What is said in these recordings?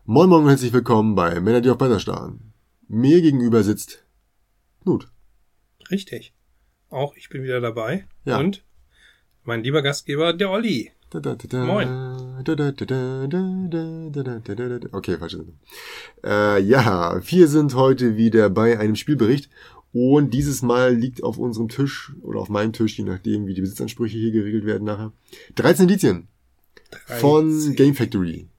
Moin Moin und herzlich willkommen bei Männer, die auf Beiner starren. Mir gegenüber sitzt Knut. Richtig. Auch ich bin wieder dabei. Ja. Und mein lieber Gastgeber, der Olli. Moin. Okay, falsche Sendung. Ja, wir sind heute wieder bei einem Spielbericht und dieses Mal liegt auf unserem Tisch oder auf meinem Tisch, je nachdem wie die Besitzansprüche hier geregelt werden nachher, 13 Indizien von Game Factory.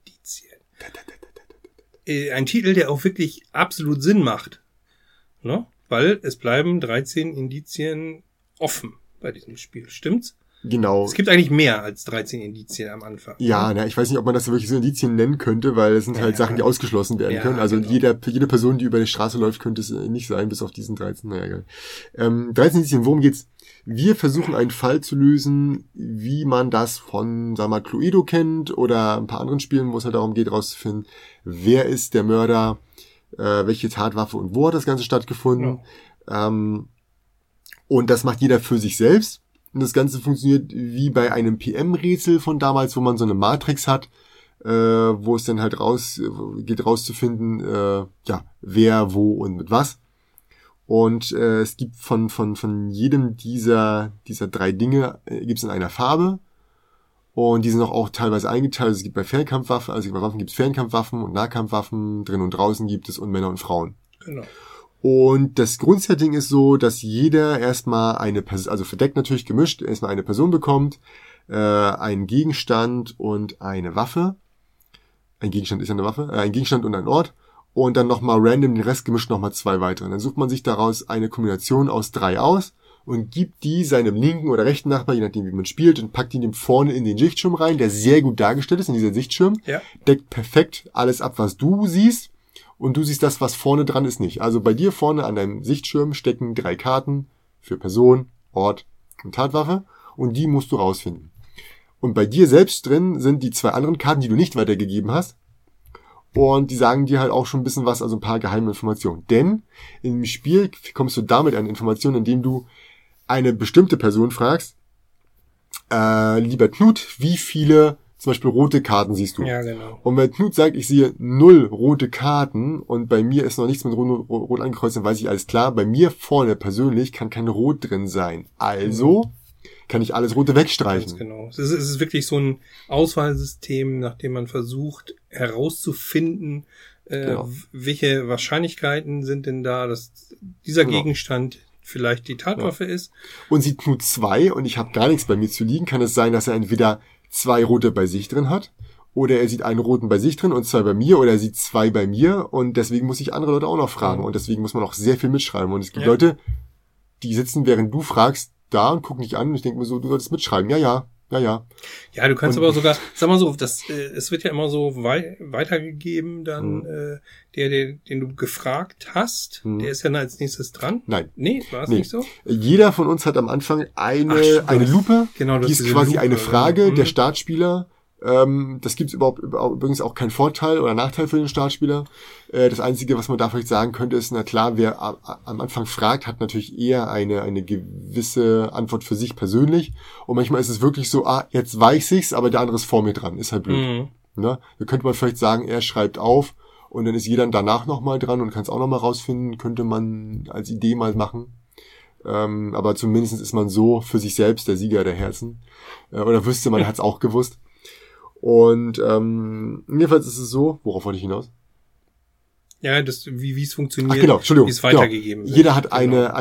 Ein Titel, der auch wirklich absolut Sinn macht. Ne? Weil es bleiben 13 Indizien offen bei diesem Spiel. Stimmt's? Genau. Es gibt eigentlich mehr als 13 Indizien am Anfang. Ja, ich weiß nicht, ob man das wirklich so Indizien nennen könnte, weil es sind halt Sachen, die ausgeschlossen werden können. Also genau. Jede Person, die über die Straße läuft, könnte es nicht sein, bis auf diesen 13. Naja, egal. 13 Indizien, worum geht's? Wir versuchen einen Fall zu lösen, wie man das von, sagen wir mal, Cluedo kennt oder ein paar anderen Spielen, wo es halt darum geht, rauszufinden, wer ist der Mörder, welche Tatwaffe und wo hat das Ganze stattgefunden. Ja. Und das macht jeder für sich selbst. Und das Ganze funktioniert wie bei einem PM-Rätsel von damals, wo man so eine Matrix hat, wo es dann halt geht rauszufinden, wer, wo und mit was. Und es gibt von jedem dieser 3 Dinge gibt es in einer Farbe. Und die sind auch teilweise eingeteilt. Also es gibt bei Fernkampfwaffen, also bei Waffen gibt es Fernkampfwaffen und Nahkampfwaffen, drin und draußen gibt es und Männer und Frauen. Genau. Und das Grundsetting ist so, dass jeder erstmal eine Person, also verdeckt natürlich gemischt, erstmal eine Person bekommt, einen Gegenstand und eine Waffe. Ein Gegenstand ist ja eine Waffe, ein Gegenstand und ein Ort. Und dann nochmal random den Rest gemischt nochmal 2 weitere. Dann sucht man sich daraus eine Kombination aus 3 aus und gibt die seinem linken oder rechten Nachbar, je nachdem wie man spielt, und packt ihn dem vorne in den Sichtschirm rein, der sehr gut dargestellt ist in dieser Sichtschirm. Ja. Deckt perfekt alles ab, was du siehst. Und du siehst das, was vorne dran ist, nicht. Also bei dir vorne an deinem Sichtschirm stecken 3 Karten für Person, Ort und Tatwaffe. Und die musst du rausfinden. Und bei dir selbst drin sind die 2 anderen Karten, die du nicht weitergegeben hast. Und die sagen dir halt auch schon ein bisschen was, also ein paar geheime Informationen. Denn im Spiel kommst du damit an Informationen, indem du eine bestimmte Person fragst, lieber Knut, wie viele zum Beispiel rote Karten siehst du. Ja, genau. Und wenn Knut sagt, ich sehe 0 rote Karten und bei mir ist noch nichts mit Rot angekreuzt, dann weiß ich alles klar. Bei mir vorne persönlich kann kein Rot drin sein. Also kann ich alles Rote wegstreichen. Ganz genau. Es ist wirklich so ein Auswahlsystem, nachdem man versucht herauszufinden, welche Wahrscheinlichkeiten sind denn da, dass dieser Gegenstand vielleicht die Tatwaffe ist. Und sieht Knut 2 und ich habe gar nichts bei mir zu liegen, kann es sein, dass er entweder 2 rote bei sich drin hat, oder er sieht einen roten bei sich drin und 2 bei mir, oder er sieht 2 bei mir, und deswegen muss ich andere Leute auch noch fragen, und deswegen muss man auch sehr viel mitschreiben, und es gibt Leute, die sitzen, während du fragst, da und gucken dich an, und ich denke mir so, du solltest mitschreiben, ja. Ja, du kannst aber sogar, sag mal so, es wird ja immer so weitergegeben, dann, den du gefragt hast, der ist ja als nächstes dran. Nein. Nee, war es nicht so? Jeder von uns hat am Anfang eine Lupe, genau, die ist quasi Lupe, eine Frage, der Startspieler. Das gibt's übrigens auch keinen Vorteil oder Nachteil für den Startspieler. Das Einzige, was man da vielleicht sagen könnte, ist, na klar, wer am Anfang fragt, hat natürlich eher eine gewisse Antwort für sich persönlich. Und manchmal ist es wirklich so, jetzt weiß ich's, aber der andere ist vor mir dran. Ist halt blöd. Ne? Da könnte man vielleicht sagen, er schreibt auf und dann ist jeder danach nochmal dran und kann es auch nochmal rausfinden. Könnte man als Idee mal machen. Aber zumindest ist man so für sich selbst der Sieger der Herzen. Oder wüsste, man hat's auch gewusst. Und jedenfalls ist es so, worauf wollte ich hinaus? Ja, wie es funktioniert, Entschuldigung, wie es weitergegeben wird. Jeder hat eine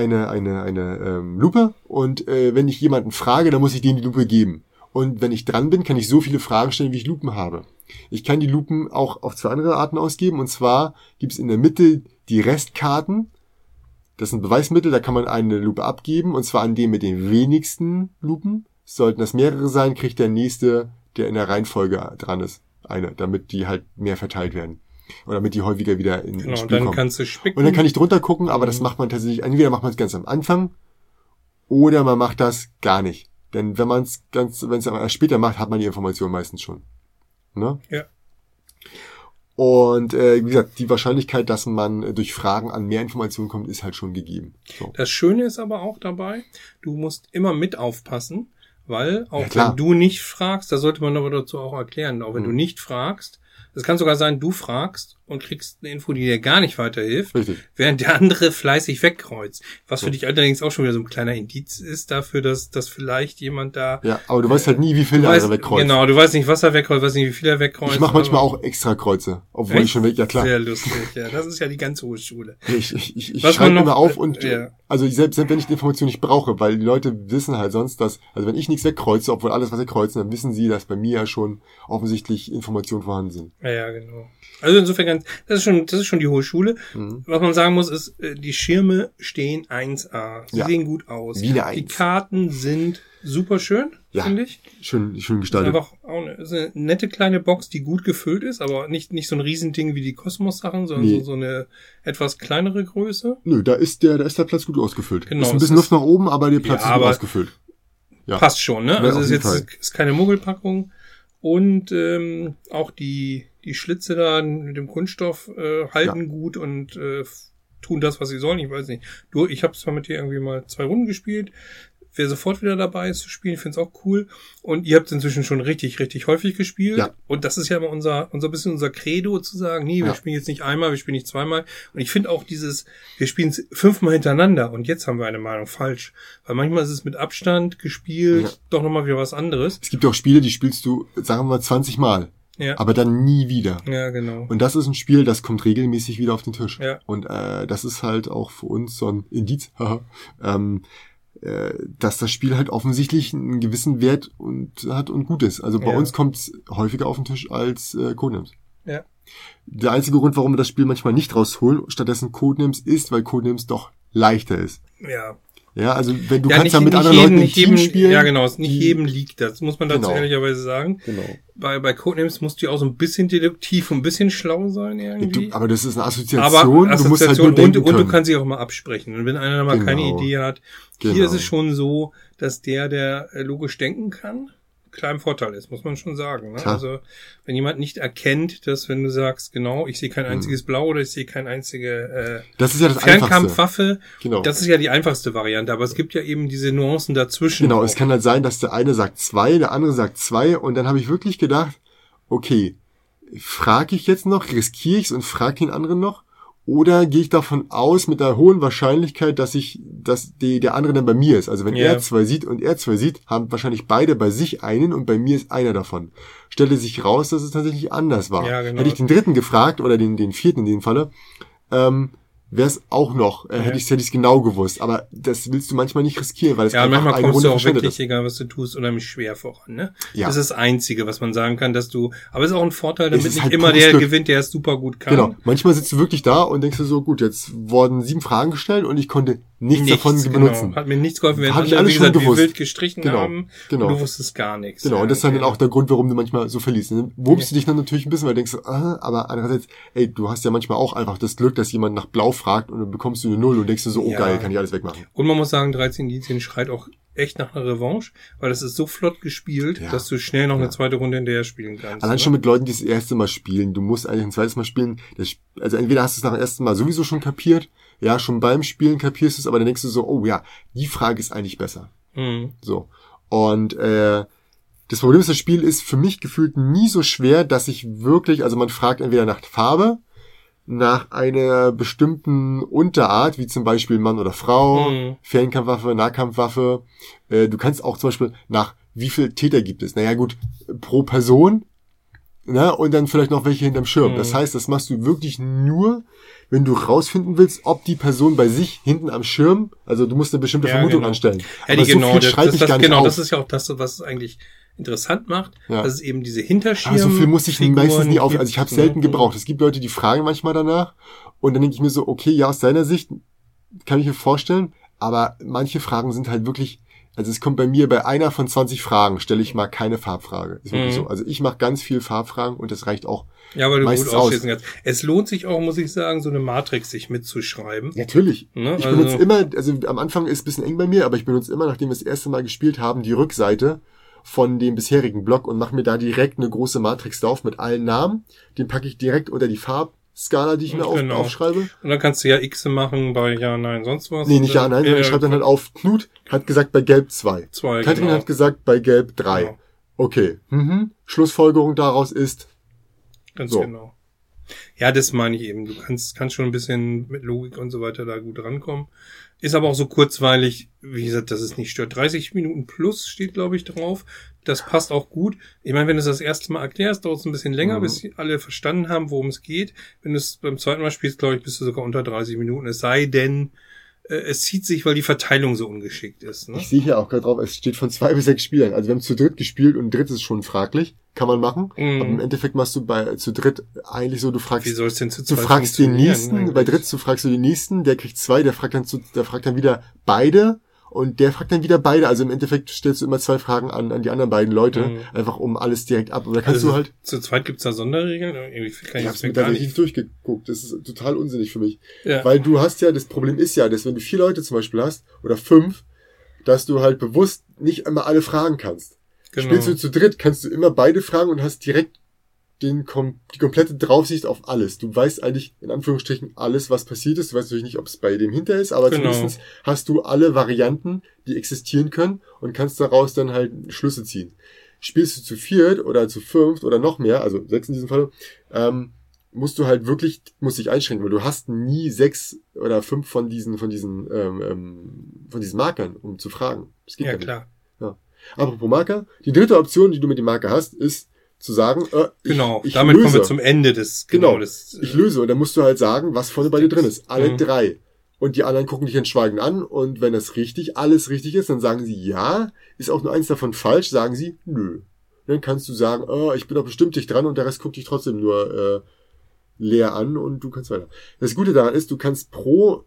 Lupe und wenn ich jemanden frage, dann muss ich denen die Lupe geben. Und wenn ich dran bin, kann ich so viele Fragen stellen, wie ich Lupen habe. Ich kann die Lupen auch auf 2 andere Arten ausgeben, und zwar gibt es in der Mitte die Restkarten. Das sind Beweismittel, da kann man eine Lupe abgeben, und zwar an dem mit den wenigsten Lupen. Sollten das mehrere sein, kriegt der nächste, der in der Reihenfolge dran ist, eine, damit die halt mehr verteilt werden. Oder damit die häufiger wieder ins Spiel kommen. Und dann kannst du spicken. Und dann kann ich drunter gucken, aber das macht man tatsächlich, entweder macht man es ganz am Anfang, oder man macht das gar nicht. Denn wenn es später macht, hat man die Information meistens schon. Ne? Ja. Und wie gesagt, die Wahrscheinlichkeit, dass man durch Fragen an mehr Informationen kommt, ist halt schon gegeben. So. Das Schöne ist aber auch dabei, du musst immer mit aufpassen, weil auch wenn du nicht fragst, das sollte man aber dazu auch erklären, auch wenn du nicht fragst, Es kann sogar sein, du fragst und kriegst eine Info, die dir gar nicht weiterhilft, Richtig. während der andere fleißig wegkreuzt. Was für dich allerdings auch schon wieder so ein kleiner Indiz ist dafür, dass vielleicht jemand da... Ja, aber du weißt halt nie, wie viel der andere wegkreuzt. Genau, du weißt nicht, was er wegkreuzt, weißt nicht, wie viel er wegkreuzt. Ich mache manchmal auch extra Kreuze, obwohl ich schon weg... Ja, klar. Sehr lustig, ja. Das ist ja die ganz hohe Schule. Ich schreibe immer auf und... Ja. Also selbst wenn ich die Information nicht brauche, weil die Leute wissen halt sonst, dass... Also wenn ich nichts wegkreuze, obwohl alles, was sie kreuzen, dann wissen sie, dass bei mir ja schon offensichtlich Informationen vorhanden sind. Ja, genau. Also insofern, das ist schon die hohe Schule. Mhm. Was man sagen muss, ist, die Schirme stehen 1A. Sie sehen gut aus. Wie eine 1. Die Karten sind super schön, finde ich. Schön gestaltet. Einfach auch eine nette kleine Box, die gut gefüllt ist, aber nicht so ein Riesending wie die Kosmos-Sachen, sondern so eine etwas kleinere Größe. Nö, da ist der Platz gut ausgefüllt. Genau. Ist ein bisschen Luft nach oben, aber der Platz ist gut ausgefüllt. Ja. Passt schon, ne? Also ist keine Muggelpackung. Und auch die Schlitze da mit dem Kunststoff halten gut und tun das, was sie sollen. Ich weiß nicht. Ich habe zwar mit dir irgendwie mal 2 Runden gespielt. Wer sofort wieder dabei ist zu spielen, ich finde es auch cool. Und ihr habt es inzwischen schon richtig, richtig häufig gespielt. Ja. Und das ist ja immer unser Credo, zu sagen, nee, wir spielen jetzt nicht einmal, wir spielen nicht zweimal. Und ich finde auch wir spielen es 5-mal hintereinander und jetzt haben wir eine Meinung falsch. Weil manchmal ist es mit Abstand gespielt doch nochmal wieder was anderes. Es gibt auch Spiele, die spielst du, sagen wir mal, 20 Mal. Ja. Aber dann nie wieder. Ja, genau. Und das ist ein Spiel, das kommt regelmäßig wieder auf den Tisch. Ja. Und das ist halt auch für uns so ein Indiz, dass das Spiel halt offensichtlich einen gewissen Wert hat und gut ist. Also bei uns kommt es häufiger auf den Tisch als Codenames. Ja. Der einzige Grund, warum wir das Spiel manchmal nicht rausholen, stattdessen Codenames ist, weil Codenames doch leichter ist. Ja. Ja, also wenn du kannst ja mit anderen Leuten im Team spielen. Ja, genau, nicht jedem liegt das, muss man dazu ehrlicherweise sagen. Genau. Bei Codenames musst du ja auch so ein bisschen deduktiv und ein bisschen schlau sein irgendwie. Aber das ist eine Assoziation, du musst halt nur denken und du kannst sie auch mal absprechen. Und wenn einer mal keine Idee hat, hier ist es schon so, dass der logisch denken kann, kleinen Vorteil ist, muss man schon sagen. Ne? Also wenn jemand nicht erkennt, dass wenn du sagst, genau, ich sehe kein einziges Blau oder ich sehe kein einzige das ist ja das Fernkampfwaffe, das ist ja die einfachste Variante, aber es gibt ja eben diese Nuancen dazwischen. Genau, es kann halt sein, dass der eine sagt 2, der andere sagt 2 und dann habe ich wirklich gedacht, okay, frage ich jetzt noch, riskiere ich es und frage den anderen noch? Oder gehe ich davon aus, mit einer hohen Wahrscheinlichkeit, dass der andere dann bei mir ist. Also wenn er 2 sieht und er 2 sieht, haben wahrscheinlich beide bei sich einen und bei mir ist einer davon. Stellte sich raus, dass es tatsächlich anders war. Ja, genau. Hätte ich den dritten gefragt, oder den vierten in dem Falle, wäre es auch noch, hätte ich es genau gewusst. Aber das willst du manchmal nicht riskieren, weil es einfach manchmal eine kommst Runde du auch wirklich, ist. egal was du tust, unheimlich schwer voran, ne? Ja. Das ist das Einzige, was man sagen kann, aber es ist auch ein Vorteil, damit nicht halt immer der gewinnt, der es super gut kann. Genau. Manchmal sitzt du wirklich da und denkst dir so, gut, jetzt wurden 7 Fragen gestellt und ich konnte nichts davon benutzen. Hat mir nichts geholfen, wenn andere, wie gesagt, wie wild gestrichen haben und du wusstest gar nichts. Genau, und das ist dann auch der Grund, warum du manchmal so verlierst. Dann wurmst du dich dann natürlich ein bisschen, weil du denkst, aber andererseits, du hast ja manchmal auch einfach das Glück, dass jemand nach Blau fragt und dann bekommst du eine 0 und denkst du so, geil, kann ich alles wegmachen. Und man muss sagen, 13 Indizien schreit auch echt nach einer Revanche, weil das ist so flott gespielt, dass du schnell noch eine zweite Runde hinterher spielen kannst. Allein schon mit Leuten, die das erste Mal spielen. Du musst eigentlich ein zweites Mal spielen. Also entweder hast du es nach dem ersten Mal sowieso schon kapiert, schon beim Spielen kapierst du es, aber dann denkst du so, oh ja, die Frage ist eigentlich besser. Mhm. So. Und das Problem ist, das Spiel ist für mich gefühlt nie so schwer, dass ich wirklich, also man fragt entweder nach Farbe, nach einer bestimmten Unterart, wie zum Beispiel Mann oder Frau, Fernkampfwaffe, Nahkampfwaffe. Du kannst auch zum Beispiel nach wie viel Täter gibt es. Naja gut, pro Person, ne? Und dann vielleicht noch welche hinterm Schirm. Das heißt, das machst du wirklich nur, wenn du rausfinden willst, ob die Person bei sich hinten am Schirm, also du musst eine bestimmte Vermutung anstellen. Ja, aber so viel schreibe ich gar nicht auf. Das ist ja auch das, was es eigentlich interessant macht, dass es eben diese Hinterschirme. So viel muss ich meistens nie auf. Also ich habe selten gebraucht. Es gibt Leute, die fragen manchmal danach und dann denke ich mir so, okay, ja, aus deiner Sicht kann ich mir vorstellen, aber manche Fragen sind halt wirklich, also es kommt bei mir bei einer von 20 Fragen, stelle ich mal keine Farbfrage. Ist wirklich so. Also ich mache ganz viel Farbfragen und das reicht auch. Ja, weil du gut ausschließen kannst. Es lohnt sich auch, muss ich sagen, so eine Matrix sich mitzuschreiben. Natürlich. Ne? Ich benutze immer, also am Anfang ist es ein bisschen eng bei mir, aber ich benutze immer, nachdem wir das erste Mal gespielt haben, die Rückseite von dem bisherigen Block und mache mir da direkt eine große Matrix drauf mit allen Namen. Den packe ich direkt unter die Farbskala, die ich mir aufschreibe. Und dann kannst du ja X machen bei Ja, Nein, sonst was. Nee, nicht Ja, Nein, sondern ich schreibe dann halt auf, Knut hat gesagt bei Gelb 2. Katrin hat gesagt bei Gelb 3. Genau. Okay. Schlussfolgerung daraus ist Ganz genau. Ja, das meine ich eben. Du kannst schon ein bisschen mit Logik und so weiter da gut rankommen. Ist aber auch so kurzweilig, wie gesagt, dass es nicht stört. 30 Minuten plus steht, glaube ich, drauf. Das passt auch gut. Ich meine, wenn du es das erste Mal erklärst, dauert es ein bisschen länger, bis alle verstanden haben, worum es geht. Wenn du es beim zweiten Mal spielst, glaube ich, bist du sogar unter 30 Minuten. Es sei denn, es zieht sich, weil die Verteilung so ungeschickt ist. Ne? Ich sehe hier auch gerade drauf, es steht von 2 bis 6 Spielern. Also wir haben zu dritt gespielt und dritt ist schon fraglich. Kann man machen. Aber im Endeffekt machst du zu dritt eigentlich so, du fragst, wie soll es denn zu du fragst den nächsten, eigentlich? Bei dritt fragst du den nächsten, der kriegt 2, der fragt dann wieder beide und der fragt dann wieder beide. Also im Endeffekt stellst du immer 2 Fragen an die anderen beiden Leute, einfach um alles direkt ab. Und da kannst du halt. Zu zweit gibt's da Sonderregeln? Ich hab's mir da nicht durchgeguckt. Das ist total unsinnig für mich. Ja. Weil du hast ja, das Problem ist ja, dass wenn du 4 Leute zum Beispiel hast, oder 5, dass du halt bewusst nicht immer alle fragen kannst. Genau. Spielst du zu dritt, kannst du immer beide fragen und hast direkt die komplette Draufsicht auf alles. Du weißt eigentlich in Anführungsstrichen alles, was passiert ist. Du weißt natürlich nicht, ob es bei dem hinter ist, aber zumindest hast du alle Varianten, die existieren können und kannst daraus dann halt Schlüsse ziehen. Spielst du zu 4 oder zu 5 oder noch mehr, also 6 in diesem Fall, musst dich einschränken, weil du hast nie 6 oder 5 von diesen Markern, um zu fragen. Das geht ja, klar. Ja. Apropos Marker, die dritte Option, die du mit dem Marker hast, ist zu sagen, ich damit löse. Kommen wir zum Ende des, ich löse. Und dann musst du halt sagen, was vorne bei dir drin ist. Alle 3. Und die anderen gucken dich entschweigend an. Und wenn das alles richtig ist, dann sagen sie ja. Ist auch nur eins davon falsch, sagen sie nö. Dann kannst du sagen, ich bin doch bestimmt dich dran und der Rest guckt dich trotzdem nur leer an und du kannst weiter. Das Gute daran ist, du kannst pro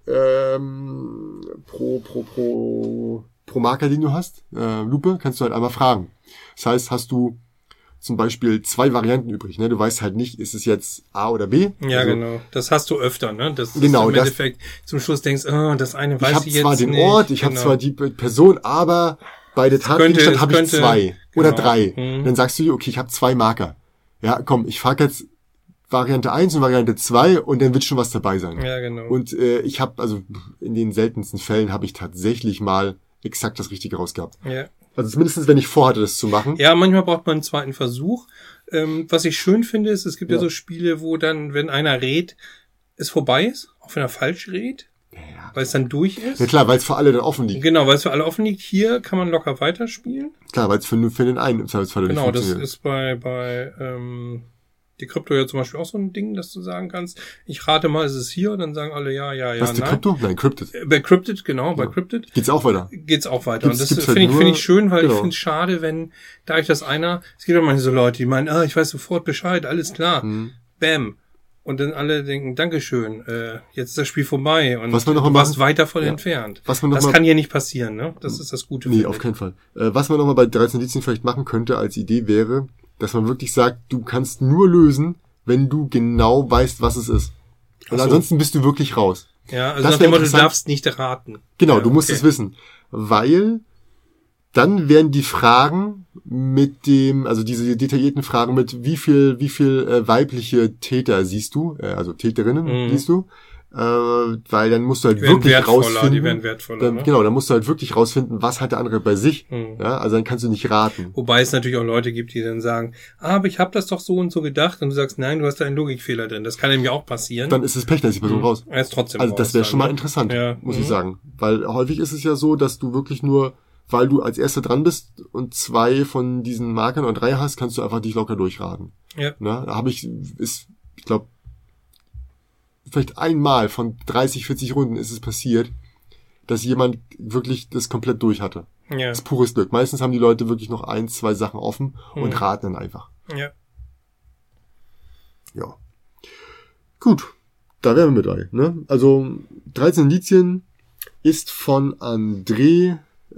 Marker, den du hast, Lupe, kannst du halt einmal fragen. Das heißt, hast du zum Beispiel 2 Varianten übrig, ne? Du weißt halt nicht, ist es jetzt A oder B? Ja, also, genau. Das hast du öfter, ne? Das genau, im Endeffekt zum Schluss denkst, das eine weiß ich jetzt nicht. Ich habe zwar den Ort, ich habe zwar die Person, aber bei der Tatgegenstand habe ich 2 oder 3. Dann sagst du, okay, ich habe 2 Marker. Ja, komm, ich frage jetzt Variante 1 und Variante 2 und dann wird schon was dabei sein. Ja, genau. Und ich habe, also in den seltensten Fällen habe ich tatsächlich mal exakt das Richtige rausgehabt. Ja. Also zumindest, wenn ich vorhatte, das zu machen. Ja, manchmal braucht man einen zweiten Versuch. Was ich schön finde, ist, es gibt ja so Spiele, wo dann, wenn einer rät, es vorbei ist, auch wenn er falsch rät, weil es dann durch ist. Ja klar, weil es für alle dann offen liegt. Genau, weil es für alle offen liegt. Hier kann man locker weiterspielen. Klar, weil es für den einen im Zweifelsfall nicht funktioniert. Genau, das ist bei Decrypto ja zum Beispiel auch so ein Ding, dass du sagen kannst, ich rate mal, ist es hier? Und dann sagen alle ja, was, nein. Decrypto? Nein, Cryptid. Bei Cryptid, genau, bei Cryptid. Geht's auch weiter. Und das finde ich schön, weil ich finde es schade, wenn, es gibt auch manche so Leute, die meinen, ich weiß sofort Bescheid, alles klar. Bam. Und dann alle denken, Dankeschön, jetzt ist das Spiel vorbei und du warst weit davon entfernt. Das kann hier nicht passieren, ne? Das ist das Gute. Nee, auf keinen Fall. Was man nochmal bei 13 Indizien vielleicht machen könnte als Idee wäre, dass man wirklich sagt, du kannst nur lösen, wenn du genau weißt, was es ist. Und ansonsten bist du wirklich raus. Ja, also nach dem Motto, du darfst nicht raten. Genau, du musst es wissen. Weil dann werden die Fragen also diese detaillierten Fragen mit wie viel weibliche Täter siehst du, also Täterinnen siehst du, weil dann musst du halt wirklich rausfinden. Die werden wertvoller, ne? Genau, dann musst du halt wirklich rausfinden, was hat der andere bei sich. Ja, also dann kannst du nicht raten. Wobei es natürlich auch Leute gibt, die dann sagen, aber ich habe das doch so und so gedacht und du sagst, nein, du hast da einen Logikfehler drin. Das kann nämlich auch passieren. Dann ist es Pech, dann ist die Person raus. Er ist trotzdem also das wäre schon mal interessant, muss ich sagen. Weil häufig ist es ja so, dass du wirklich nur, weil du als Erster dran bist und 2 von diesen Markern oder 3 hast, kannst du einfach dich locker durchraten. Ja. Na, da ich glaube, vielleicht einmal von 30, 40 Runden ist es passiert, dass jemand wirklich das komplett durch hatte. Ja. Das ist pures Glück. Meistens haben die Leute wirklich noch 1, 2 Sachen offen und raten dann einfach. Ja. Ja. Gut. Da wären wir mit dabei, ne? Also, 13 Indizien ist von André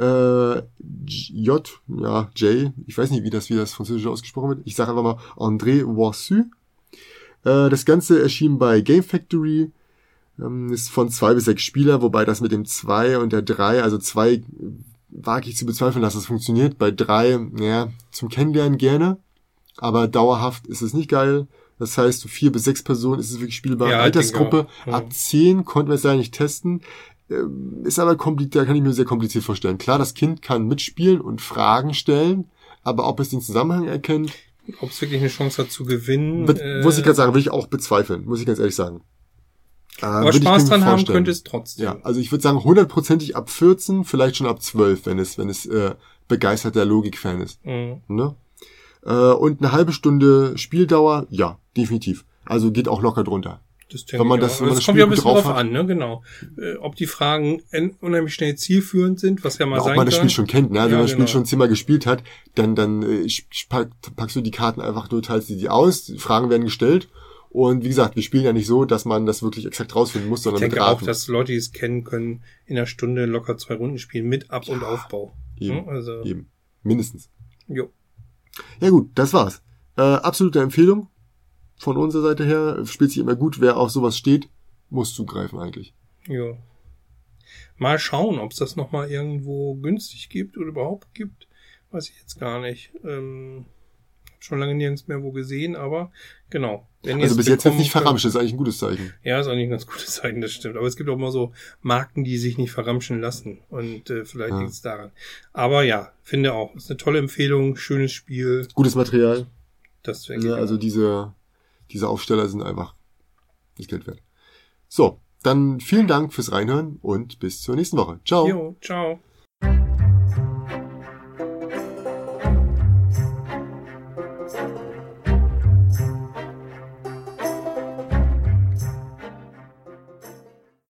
J, ich weiß nicht, wie das Französische ausgesprochen wird. Ich sage einfach mal André Woissu. Das Ganze erschien bei Game Factory, ist von 2 bis 6 Spieler, wobei das mit dem 2 und der 3, also 2 wage ich zu bezweifeln, dass das funktioniert. Bei 3, zum Kennenlernen gerne, aber dauerhaft ist es nicht geil. Das heißt, so 4 bis 6 Personen ist es wirklich spielbar. Ja, Altersgruppe, ab 10 konnten wir es ja nicht testen. Ist aber da kann ich mir sehr kompliziert vorstellen. Klar, das Kind kann mitspielen und Fragen stellen, aber ob es den Zusammenhang erkennt, Ob es wirklich eine Chance hat zu gewinnen. Muss ich ganz sagen, würde ich auch bezweifeln, muss ich ganz ehrlich sagen. Aber Spaß dran haben könnte es trotzdem. Ja, also ich würde sagen 100%ig ab 14, vielleicht schon ab 12, wenn es begeisterter Logik-Fan ist. Mhm. Ne? Und eine halbe Stunde Spieldauer, ja, definitiv. Also geht auch locker drunter. Das kommt ja ein bisschen drauf an, ne? Genau. Ob die Fragen unheimlich schnell zielführend sind, was ja mal sein kann. Ob man das Spiel schon kennt, ne? Also wenn man das Spiel schon 10-mal gespielt hat, dann packst du die Karten einfach nur, teilst die aus, die Fragen werden gestellt. Und wie gesagt, wir spielen ja nicht so, dass man das wirklich exakt rausfinden muss, sondern mit Raten. Ich denke auch, dass Leute, die es kennen, können in einer Stunde locker 2 Runden spielen mit Ab- und Aufbau. Eben, also eben. Mindestens. Jo. Ja gut, das war's. Absolute Empfehlung von unserer Seite her. Spielt sich immer gut. Wer auf sowas steht, muss zugreifen eigentlich. Ja. Mal schauen, ob es das nochmal irgendwo günstig gibt oder überhaupt gibt. Weiß ich jetzt gar nicht. Schon lange nirgends mehr wo gesehen, aber genau. Also bis jetzt nicht verramscht, das ist eigentlich ein gutes Zeichen. Ja, ist eigentlich ein ganz gutes Zeichen, das stimmt. Aber es gibt auch mal so Marken, die sich nicht verramschen lassen. Und vielleicht liegt es daran. Aber ja, finde auch. Ist eine tolle Empfehlung, schönes Spiel. Gutes Material. Das wäre ja, also diese Aufsteller sind einfach das Geld wert. So, dann vielen Dank fürs Reinhören und bis zur nächsten Woche. Ciao. Jo, ciao.